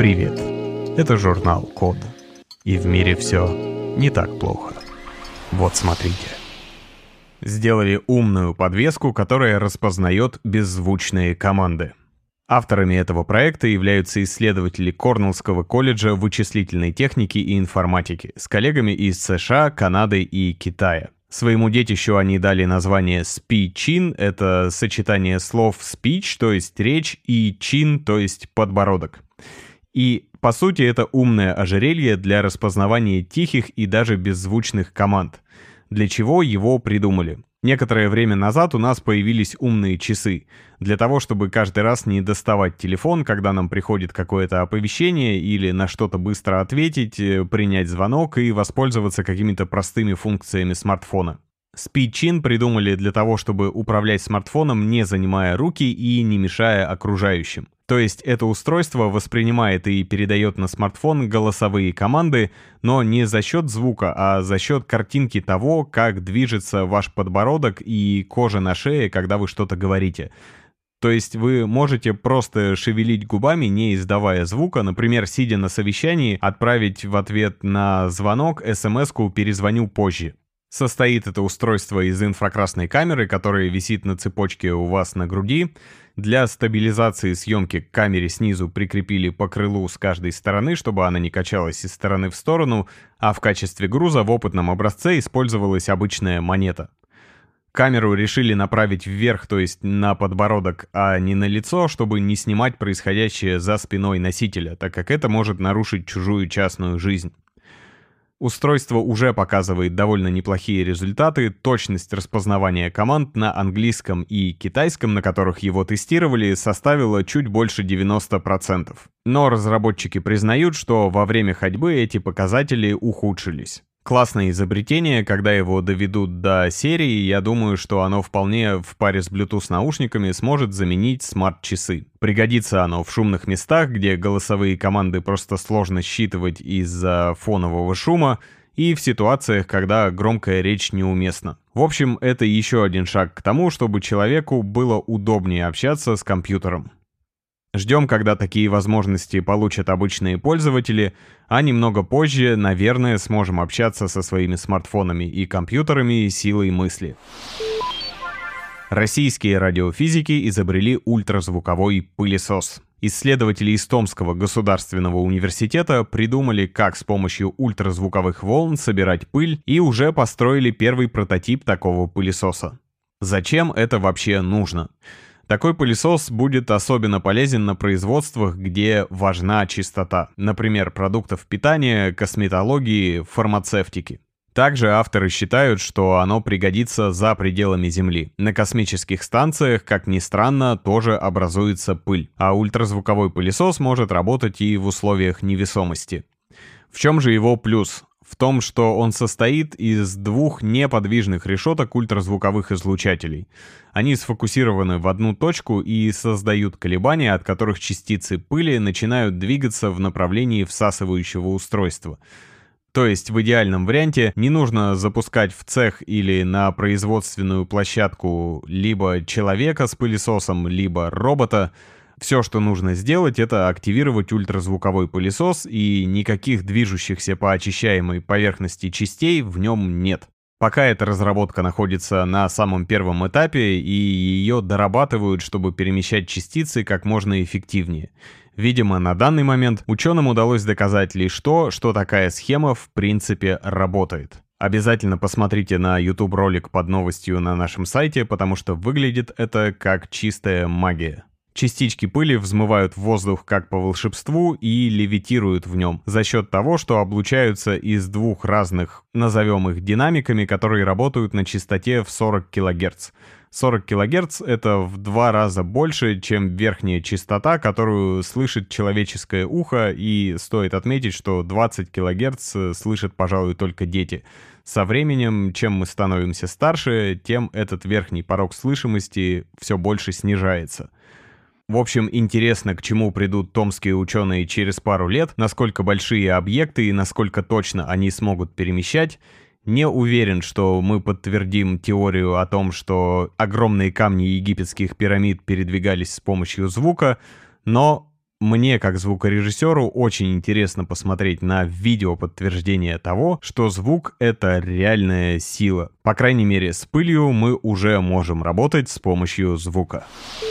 Привет! Это журнал Код. И в мире все не так плохо. Вот смотрите. Сделали умную подвеску, которая распознает беззвучные команды. Авторами этого проекта являются исследователи Корнеллского колледжа вычислительной техники и информатики с коллегами из США, Канады и Китая. Своему детищу они дали название SpeechIn, это сочетание слов speech, то есть речь, и chin, то есть подбородок. И, по сути, это умное ожерелье для распознавания тихих и даже беззвучных команд. Для чего его придумали? Некоторое время назад у нас появились умные часы. Для того, чтобы каждый раз не доставать телефон, когда нам приходит какое-то оповещение или на что-то быстро ответить, принять звонок и воспользоваться какими-то простыми функциями смартфона. SpeechIn придумали для того, чтобы управлять смартфоном, не занимая руки и не мешая окружающим. То есть это устройство воспринимает и передает на смартфон голосовые команды, но не за счет звука, а за счет картинки того, как движется ваш подбородок и кожа на шее, когда вы что-то говорите. То есть вы можете просто шевелить губами, не издавая звука, например, сидя на совещании, отправить в ответ на звонок смс-ку «перезвоню позже». Состоит это устройство из инфракрасной камеры, которая висит на цепочке у вас на груди. Для стабилизации съемки к камере снизу прикрепили по крылу с каждой стороны, чтобы она не качалась из стороны в сторону, а в качестве груза в опытном образце использовалась обычная монета. Камеру решили направить вверх, то есть на подбородок, а не на лицо, чтобы не снимать происходящее за спиной носителя, так как это может нарушить чужую частную жизнь. Устройство уже показывает довольно неплохие результаты, точность распознавания команд на английском и китайском, на которых его тестировали, составила чуть больше 90%. Но разработчики признают, что во время ходьбы эти показатели ухудшились. Классное изобретение, когда его доведут до серии, я думаю, что оно вполне в паре с Bluetooth наушниками сможет заменить смарт-часы. Пригодится оно в шумных местах, где голосовые команды просто сложно считывать из-за фонового шума, и в ситуациях, когда громкая речь неуместна. В общем, это еще один шаг к тому, чтобы человеку было удобнее общаться с компьютером. Ждем, когда такие возможности получат обычные пользователи, а немного позже, наверное, сможем общаться со своими смартфонами и компьютерами силой мысли. Российские радиофизики изобрели ультразвуковой пылесос. Исследователи из Томского государственного университета придумали, как с помощью ультразвуковых волн собирать пыль, и уже построили первый прототип такого пылесоса. Зачем это вообще нужно? Такой пылесос будет особенно полезен на производствах, где важна чистота, например, продуктов питания, косметологии, фармацевтики. Также авторы считают, что оно пригодится за пределами Земли. На космических станциях, как ни странно, тоже образуется пыль, а ультразвуковой пылесос может работать и в условиях невесомости. В чем же его плюс? В том, что он состоит из двух неподвижных решеток ультразвуковых излучателей. Они сфокусированы в одну точку и создают колебания, от которых частицы пыли начинают двигаться в направлении всасывающего устройства. То есть в идеальном варианте не нужно запускать в цех или на производственную площадку либо человека с пылесосом, либо робота. Все, что нужно сделать, это активировать ультразвуковой пылесос, и никаких движущихся по очищаемой поверхности частей в нем нет. Пока эта разработка находится на самом первом этапе, и ее дорабатывают, чтобы перемещать частицы как можно эффективнее. Видимо, на данный момент ученым удалось доказать лишь то, что такая схема в принципе работает. Обязательно посмотрите на YouTube-ролик под новостью на нашем сайте, потому что выглядит это как чистая магия. Частички пыли взмывают в воздух как по волшебству и левитируют в нем за счет того, что облучаются из двух разных, назовем их динамиками, которые работают на частоте в 40 кГц. 40 кГц — это в 2 раза больше, чем верхняя частота, которую слышит человеческое ухо, и стоит отметить, что 20 кГц слышат, пожалуй, только дети. Со временем, чем мы становимся старше, тем этот верхний порог слышимости все больше снижается. В общем, интересно, к чему придут томские ученые через пару лет, насколько большие объекты и насколько точно они смогут перемещать. Не уверен, что мы подтвердим теорию о том, что огромные камни египетских пирамид передвигались с помощью звука, но мне, как звукорежиссеру, очень интересно посмотреть на видео подтверждение того, что звук — это реальная сила. По крайней мере, с пылью мы уже можем работать с помощью звука.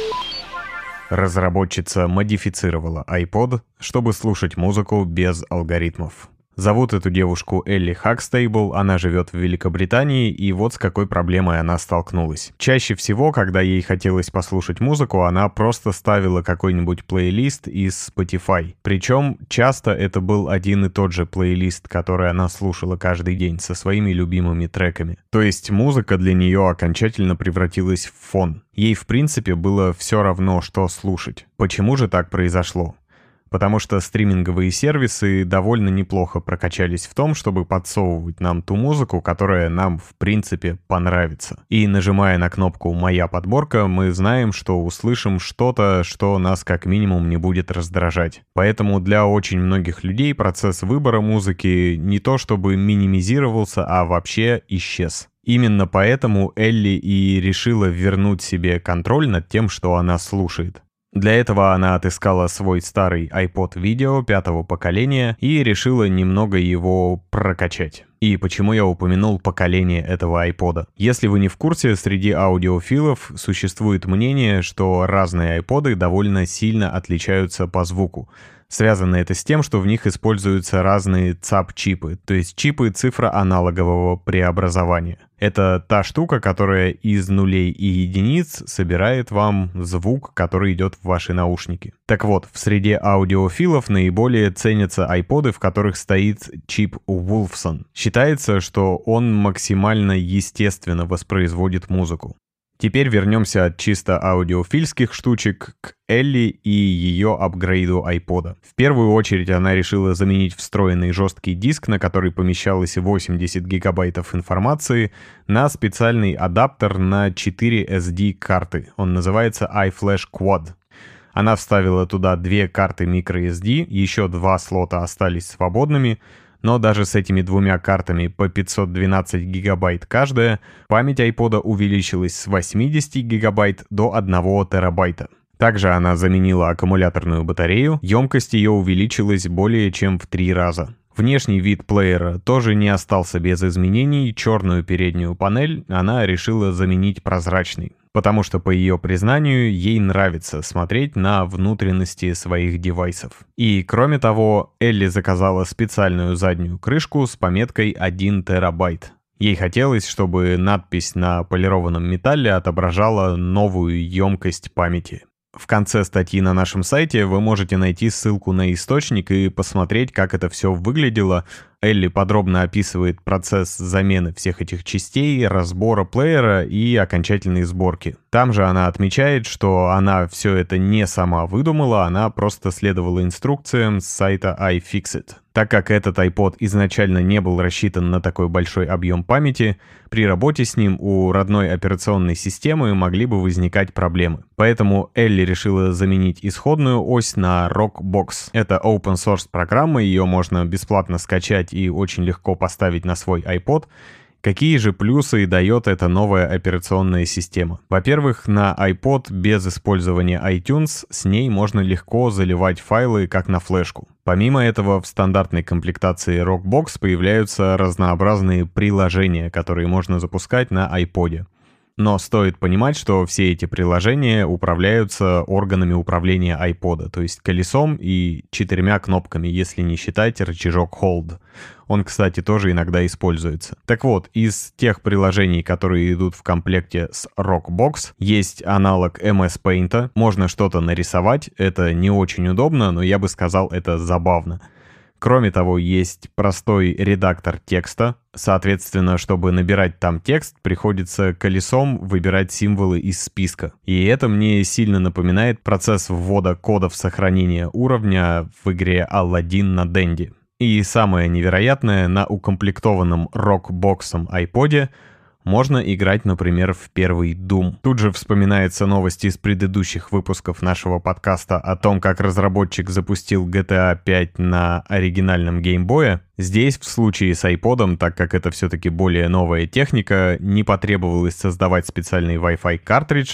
Разработчица модифицировала iPod, чтобы слушать музыку без алгоритмов. Зовут эту девушку Элли Хакстейбл, она живет в Великобритании, и вот с какой проблемой она столкнулась. Чаще всего, когда ей хотелось послушать музыку, она просто ставила какой-нибудь плейлист из Spotify. Причем часто это был один и тот же плейлист, который она слушала каждый день со своими любимыми треками. То есть музыка для нее окончательно превратилась в фон. Ей в принципе было все равно, что слушать. Почему же так произошло? Потому что стриминговые сервисы довольно неплохо прокачались в том, чтобы подсовывать нам ту музыку, которая нам в принципе понравится. И нажимая на кнопку «Моя подборка», мы знаем, что услышим что-то, что нас как минимум не будет раздражать. Поэтому для очень многих людей процесс выбора музыки не то чтобы минимизировался, а вообще исчез. Именно поэтому Элли и решила вернуть себе контроль над тем, что она слушает. Для этого она отыскала свой старый iPod Video 5-го поколения и решила немного его прокачать. И почему я упомянул поколение этого iPod? Если вы не в курсе, среди аудиофилов существует мнение, что разные iPod'ы довольно сильно отличаются по звуку. Связано это с тем, что в них используются разные ЦАП-чипы, то есть чипы цифроаналогового преобразования. Это та штука, которая из нулей и единиц собирает вам звук, который идет в ваши наушники. Так вот, в среде аудиофилов наиболее ценятся iPod'ы, в которых стоит чип Wolfson. Считается, что он максимально естественно воспроизводит музыку. Теперь вернемся от чисто аудиофильских штучек к Элли и ее апгрейду iPod'а. В первую очередь она решила заменить встроенный жесткий диск, на который помещалось 80 гигабайтов информации, на специальный адаптер на 4 SD-карты. Он называется iFlash Quad. Она вставила туда 2 карты microSD, еще 2 слота остались свободными, но даже с этими 2 картами по 512 гигабайт каждая, память iPod'а увеличилась с 80 гигабайт до 1 терабайта. Также она заменила аккумуляторную батарею, емкость ее увеличилась более чем в 3 раза. Внешний вид плеера тоже не остался без изменений, черную переднюю панель она решила заменить прозрачной, потому что, по ее признанию, ей нравится смотреть на внутренности своих девайсов. И, кроме того, Элли заказала специальную заднюю крышку с пометкой 1 терабайт. Ей хотелось, чтобы надпись на полированном металле отображала новую емкость памяти. В конце статьи на нашем сайте вы можете найти ссылку на источник и посмотреть, как это все выглядело. Элли подробно описывает процесс замены всех этих частей, разбора плеера и окончательной сборки. Там же она отмечает, что она все это не сама выдумала, она просто следовала инструкциям с сайта iFixit. Так как этот iPod изначально не был рассчитан на такой большой объем памяти, при работе с ним у родной операционной системы могли бы возникать проблемы. Поэтому Элли решила заменить исходную ось на Rockbox. Это open source программа, ее можно бесплатно скачать и очень легко поставить на свой iPod. Какие же плюсы дает эта новая операционная система? Во-первых, на iPod без использования iTunes с ней можно легко заливать файлы как на флешку. Помимо этого, в стандартной комплектации Rockbox появляются разнообразные приложения, которые можно запускать на iPod. Но стоит понимать, что все эти приложения управляются органами управления iPod, то есть колесом и 4 кнопками, если не считать рычажок Hold. Он, кстати, тоже иногда используется. Так вот, из тех приложений, которые идут в комплекте с Rockbox, есть аналог MS Paint. Можно что-то нарисовать, это не очень удобно, но я бы сказал, это забавно. Кроме того, есть простой редактор текста. Соответственно, чтобы набирать там текст, приходится колесом выбирать символы из списка. И это мне сильно напоминает процесс ввода кодов сохранения уровня в игре Aladdin на Dendy. И самое невероятное, на укомплектованном Rockbox'ом iPod'е можно играть, например, в первый Doom. Тут же вспоминается новость из предыдущих выпусков нашего подкаста о том, как разработчик запустил GTA 5 на оригинальном геймбое. Здесь, в случае с iPod'ом, так как это все-таки более новая техника, не потребовалось создавать специальный Wi-Fi картридж.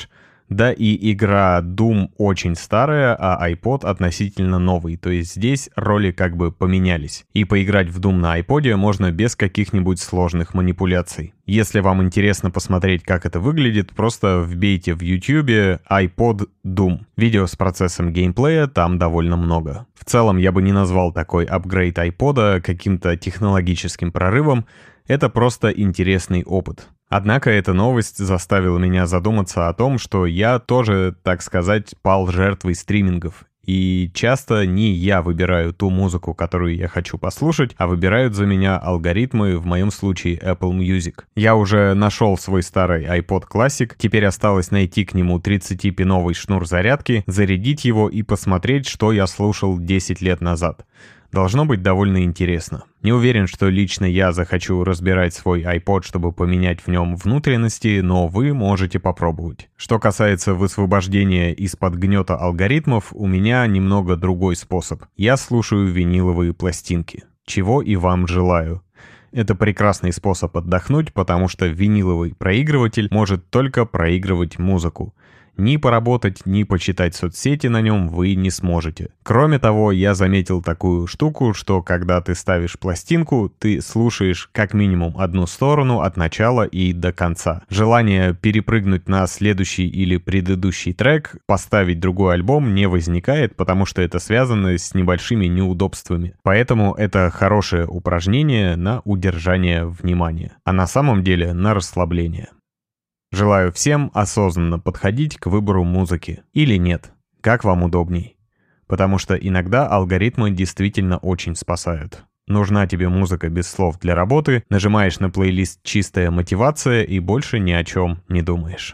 Да и игра Doom очень старая, а iPod относительно новый, то есть здесь роли как бы поменялись. И поиграть в Doom на iPod можно без каких-нибудь сложных манипуляций. Если вам интересно посмотреть, как это выглядит, просто вбейте в YouTube iPod Doom. Видео с процессом геймплея там довольно много. В целом я бы не назвал такой апгрейд iPod каким-то технологическим прорывом, это просто интересный опыт. Однако эта новость заставила меня задуматься о том, что я тоже, так сказать, пал жертвой стримингов. И часто не я выбираю ту музыку, которую я хочу послушать, а выбирают за меня алгоритмы, в моем случае Apple Music. Я уже нашел свой старый iPod Classic, теперь осталось найти к нему 30-пиновый шнур зарядки, зарядить его и посмотреть, что я слушал 10 лет назад. Должно быть довольно интересно. Не уверен, что лично я захочу разбирать свой iPod, чтобы поменять в нем внутренности, но вы можете попробовать. Что касается высвобождения из-под гнета алгоритмов, у меня немного другой способ. Я слушаю виниловые пластинки. Чего и вам желаю. Это прекрасный способ отдохнуть, потому что виниловый проигрыватель может только проигрывать музыку. Ни поработать, ни почитать соцсети на нем вы не сможете. Кроме того, я заметил такую штуку, что когда ты ставишь пластинку, ты слушаешь как минимум одну сторону от начала и до конца. Желание перепрыгнуть на следующий или предыдущий трек, поставить другой альбом не возникает, потому что это связано с небольшими неудобствами. Поэтому это хорошее упражнение на удержание внимания, а на самом деле на расслабление. Желаю всем осознанно подходить к выбору музыки. Или нет, как вам удобней. Потому что иногда алгоритмы действительно очень спасают. Нужна тебе музыка без слов для работы, нажимаешь на плейлист «Чистая мотивация» и больше ни о чем не думаешь.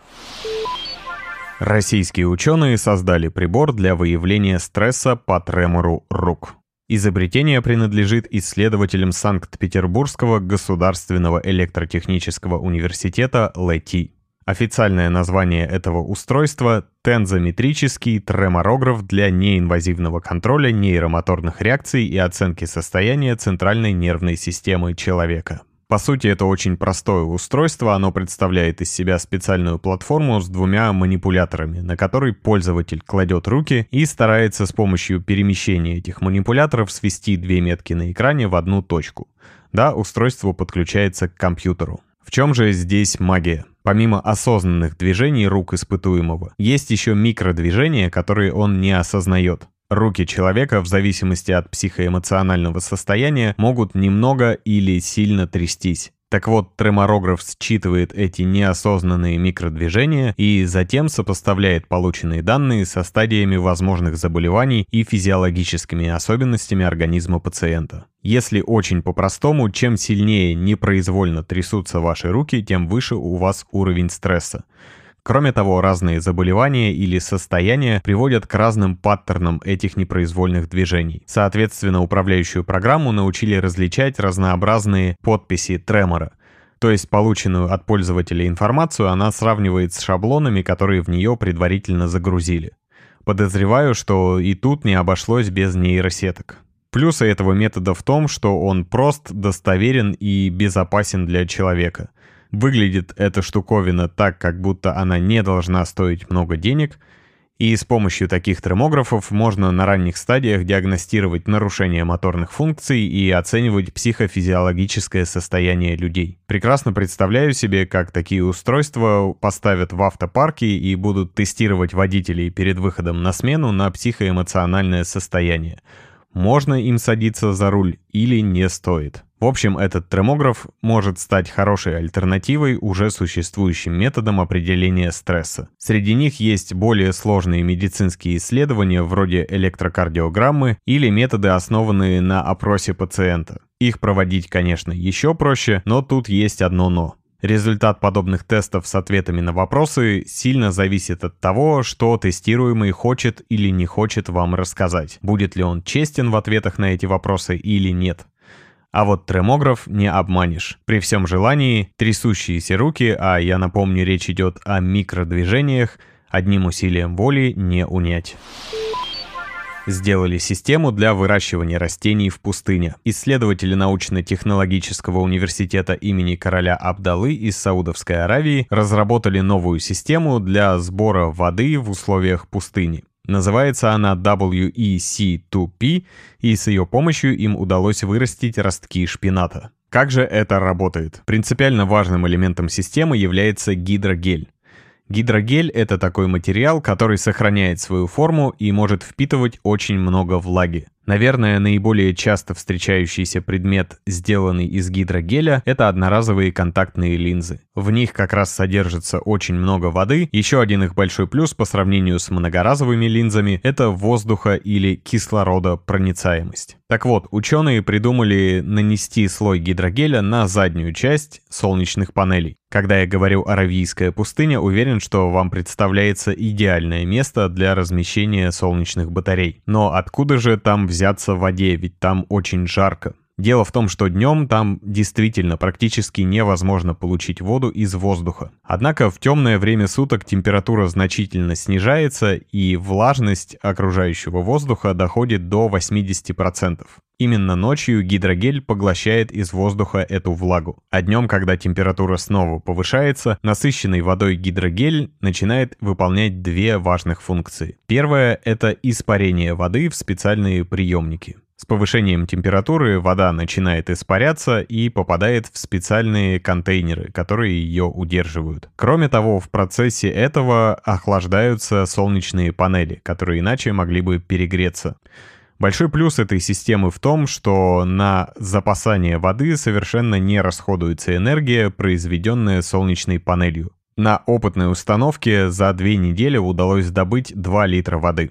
Российские ученые создали прибор для выявления стресса по тремору рук. Изобретение принадлежит исследователям Санкт-Петербургского государственного электротехнического университета ЛЭТИ. Официальное название этого устройства — тензометрический треморограф для неинвазивного контроля нейромоторных реакций и оценки состояния центральной нервной системы человека. По сути, это очень простое устройство, оно представляет из себя специальную платформу с двумя манипуляторами, на который пользователь кладет руки и старается с помощью перемещения этих манипуляторов свести две метки на экране в одну точку. Да, устройство подключается к компьютеру. В чем же здесь магия? Помимо осознанных движений рук испытуемого, есть еще микродвижения, которые он не осознает. Руки человека, в зависимости от психоэмоционального состояния, могут немного или сильно трястись. Так вот, треморограф считывает эти неосознанные микродвижения и затем сопоставляет полученные данные со стадиями возможных заболеваний и физиологическими особенностями организма пациента. Если очень по-простому, чем сильнее непроизвольно трясутся ваши руки, тем выше у вас уровень стресса. Кроме того, разные заболевания или состояния приводят к разным паттернам этих непроизвольных движений. Соответственно, управляющую программу научили различать разнообразные подписи тремора. То есть полученную от пользователя информацию она сравнивает с шаблонами, которые в нее предварительно загрузили. Подозреваю, что и тут не обошлось без нейросеток. Плюсы этого метода в том, что он прост, достоверен и безопасен для человека. Выглядит эта штуковина так, как будто она не должна стоить много денег, и с помощью таких тремографов можно на ранних стадиях диагностировать нарушения моторных функций и оценивать психофизиологическое состояние людей. Прекрасно представляю себе, как такие устройства поставят в автопарки и будут тестировать водителей перед выходом на смену на психоэмоциональное состояние. Можно им садиться за руль или не стоит. В общем, этот тремограф может стать хорошей альтернативой уже существующим методам определения стресса. Среди них есть более сложные медицинские исследования вроде электрокардиограммы или методы, основанные на опросе пациента. Их проводить, конечно, еще проще, но тут есть одно «но». Результат подобных тестов с ответами на вопросы сильно зависит от того, что тестируемый хочет или не хочет вам рассказать. Будет ли он честен в ответах на эти вопросы или нет. А вот тремограф не обманешь. При всем желании трясущиеся руки, а я напомню, речь идет о микродвижениях, одним усилием воли не унять. сделали систему для выращивания растений в пустыне. Исследователи научно-технологического университета имени короля Абдаллы из Саудовской Аравии разработали новую систему для сбора воды в условиях пустыни. Называется она WEC2P, и с ее помощью им удалось вырастить ростки шпината. Как же это работает? Принципиально важным элементом системы является гидрогель. Гидрогель — это такой материал, который сохраняет свою форму и может впитывать очень много влаги. Наверное, наиболее часто встречающийся предмет, сделанный из гидрогеля, это одноразовые контактные линзы. В них как раз содержится очень много воды. Еще один их большой плюс по сравнению с многоразовыми линзами — это воздуха- или кислородопроницаемость. Так вот, ученые придумали нанести слой гидрогеля на заднюю часть солнечных панелей. Когда я говорю «аравийская пустыня», уверен, что вам представляется идеальное место для размещения солнечных батарей. Но откуда же там взяться в воде, ведь там очень жарко? Дело в том, что днем там действительно практически невозможно получить воду из воздуха. Однако в темное время суток температура значительно снижается, и влажность окружающего воздуха доходит до 80%. Именно ночью гидрогель поглощает из воздуха эту влагу. А днем, когда температура снова повышается, насыщенный водой гидрогель начинает выполнять две важных функции. Первая — это испарение воды в специальные приемники. С повышением температуры вода начинает испаряться и попадает в специальные контейнеры, которые ее удерживают. Кроме того, в процессе этого охлаждаются солнечные панели, которые иначе могли бы перегреться. Большой плюс этой системы в том, что на запасание воды совершенно не расходуется энергия, произведенная солнечной панелью. На опытной установке за 2 недели удалось добыть 2 литра воды.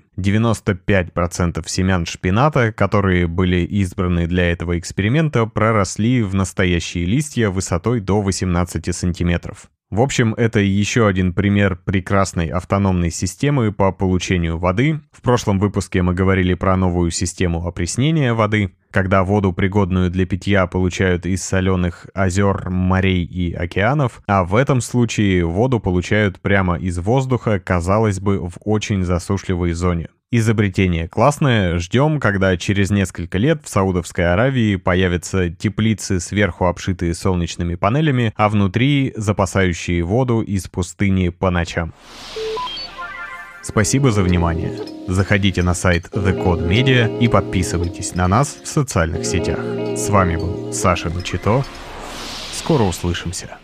95% семян шпината, которые были избраны для этого эксперимента, проросли в настоящие листья высотой до 18 сантиметров. В общем, это еще один пример прекрасной автономной системы по получению воды. В прошлом выпуске мы говорили про новую систему опреснения воды, когда воду, пригодную для питья, получают из соленых озер, морей и океанов, а в этом случае воду получают прямо из воздуха, казалось бы, в очень засушливой зоне. Изобретение классное, ждем, когда через несколько лет в Саудовской Аравии появятся теплицы, сверху обшитые солнечными панелями, а внутри запасающие воду из пустыни по ночам. Спасибо за внимание. Заходите на сайт The Code Media и подписывайтесь на нас в социальных сетях. С вами был Саша Бочито. Скоро услышимся.